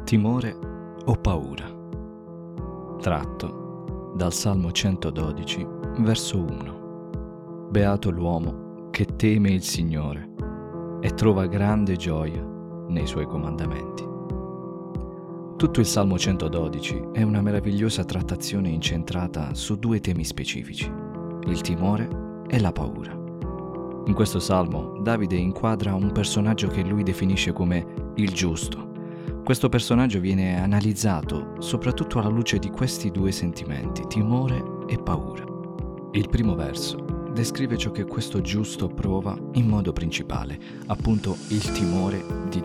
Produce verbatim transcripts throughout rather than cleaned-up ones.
Timore o paura? Tratto dal Salmo centododici, verso uno. Beato l'uomo che teme il Signore e trova grande gioia nei suoi comandamenti. Tutto il Salmo centododici è una meravigliosa trattazione incentrata su due temi specifici, il timore e la paura. In questo Salmo Davide inquadra un personaggio che lui definisce come il giusto. Questo personaggio viene analizzato soprattutto alla luce di questi due sentimenti, timore e paura. Il primo verso descrive ciò che questo giusto prova in modo principale, appunto il timore di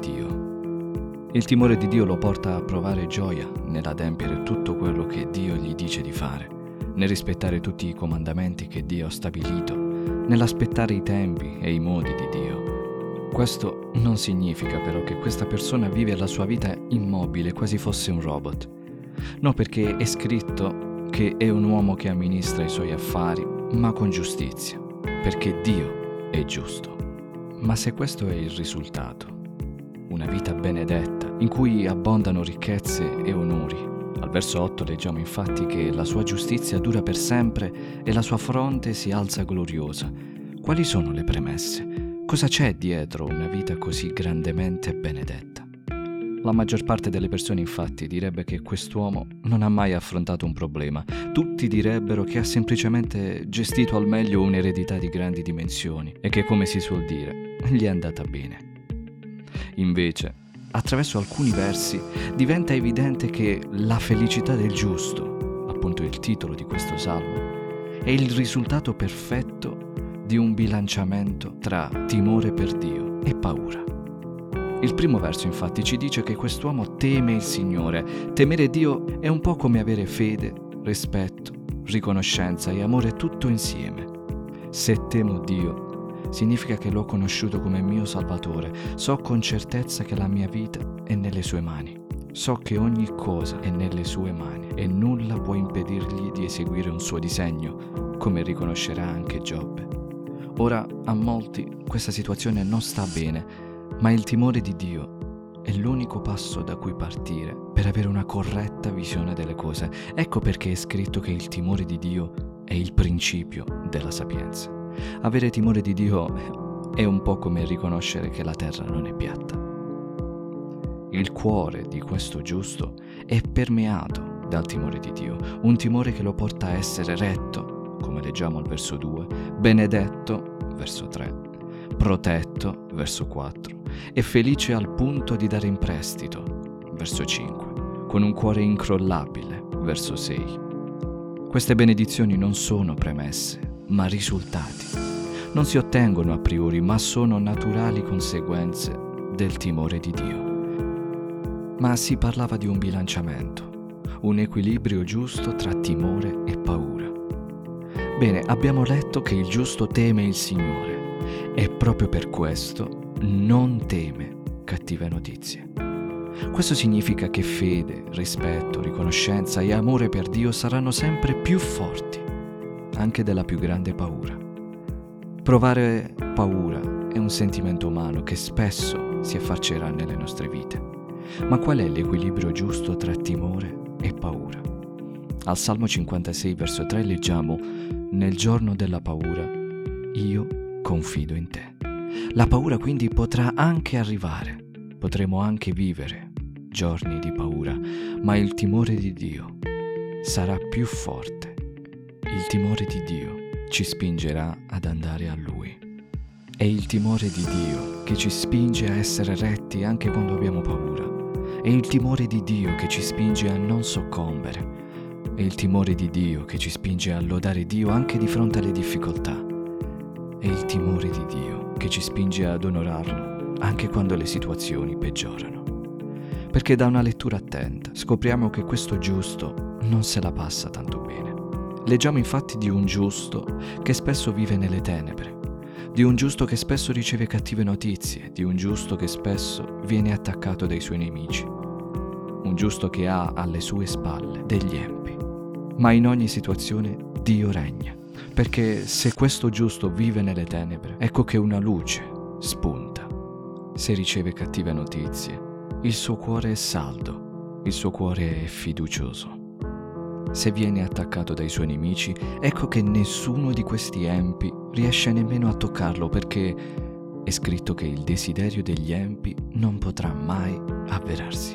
Dio. Il timore di Dio lo porta a provare gioia nell'adempiere tutto quello che Dio gli dice di fare, nel rispettare tutti i comandamenti che Dio ha stabilito, nell'aspettare i tempi e i modi di Dio. Questo non significa però che questa persona vive la sua vita immobile, quasi fosse un robot. No, perché è scritto che è un uomo che amministra i suoi affari, ma con giustizia, perché Dio è giusto. Ma se questo è il risultato, una vita benedetta, in cui abbondano ricchezze e onori. Al verso otto leggiamo infatti che la sua giustizia dura per sempre e la sua fronte si alza gloriosa. Quali sono le premesse? Cosa c'è dietro una vita così grandemente benedetta? La maggior parte delle persone infatti direbbe che quest'uomo non ha mai affrontato un problema. Tutti direbbero che ha semplicemente gestito al meglio un'eredità di grandi dimensioni e che, come si suol dire, gli è andata bene. Invece, attraverso alcuni versi diventa evidente che la felicità del giusto, appunto il titolo di questo salmo, è il risultato perfetto di un bilanciamento tra timore per Dio e paura. Il primo verso infatti ci dice che quest'uomo teme il Signore. Temere Dio è un po' come avere fede, rispetto, riconoscenza e amore tutto insieme. Se temo Dio, significa che l'ho conosciuto come mio Salvatore. So con certezza che la mia vita è nelle sue mani. So che ogni cosa è nelle sue mani e nulla può impedirgli di eseguire un suo disegno, come riconoscerà anche Giobbe. Ora, a molti questa situazione non sta bene, ma il timore di Dio è l'unico passo da cui partire per avere una corretta visione delle cose. Ecco perché è scritto che il timore di Dio è il principio della sapienza. Avere timore di Dio è un po' come riconoscere che la terra non è piatta. Il cuore di questo giusto è permeato dal timore di Dio, un timore che lo porta a essere retto, come leggiamo al verso due, benedetto, verso tre, protetto, verso quattro, e felice al punto di dare in prestito, verso cinque, con un cuore incrollabile, verso sei. Queste benedizioni non sono premesse, ma risultati. Non si ottengono a priori, ma sono naturali conseguenze del timore di Dio. Ma si parlava di un bilanciamento, un equilibrio giusto tra timore e paura. Bene, abbiamo letto che il giusto teme il Signore e proprio per questo non teme cattive notizie. Questo significa che fede, rispetto, riconoscenza e amore per Dio saranno sempre più forti, anche della più grande paura. Provare paura è un sentimento umano che spesso si affaccerà nelle nostre vite. Ma qual è l'equilibrio giusto tra timore e paura? Al Salmo cinquantasei, verso tre leggiamo: «Nel giorno della paura io confido in te». La paura quindi potrà anche arrivare, potremo anche vivere giorni di paura, ma il timore di Dio sarà più forte. Il timore di Dio ci spingerà ad andare a Lui. È il timore di Dio che ci spinge a essere retti anche quando abbiamo paura. È il timore di Dio che ci spinge a non soccombere. È il timore di Dio che ci spinge a lodare Dio anche di fronte alle difficoltà. È il timore di Dio che ci spinge ad onorarlo anche quando le situazioni peggiorano. Perché da una lettura attenta scopriamo che questo giusto non se la passa tanto bene. Leggiamo infatti di un giusto che spesso vive nelle tenebre, di un giusto che spesso riceve cattive notizie, di un giusto che spesso viene attaccato dai suoi nemici, un giusto che ha alle sue spalle degli empi. Ma in ogni situazione Dio regna, perché se questo giusto vive nelle tenebre, ecco che una luce spunta. Se riceve cattive notizie, il suo cuore è saldo il suo cuore è fiducioso. Se viene attaccato dai suoi nemici, ecco che nessuno di questi empi riesce nemmeno a toccarlo, perché è scritto che il desiderio degli empi non potrà mai avverarsi.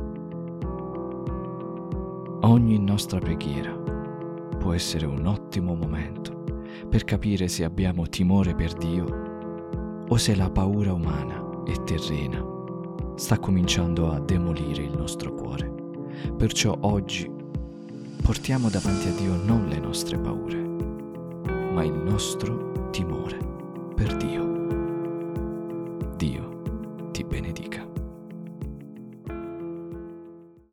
Ogni nostra preghiera può essere un ottimo momento per capire se abbiamo timore per Dio o se la paura umana e terrena sta cominciando a demolire il nostro cuore. Perciò oggi portiamo davanti a Dio non le nostre paure, ma il nostro timore.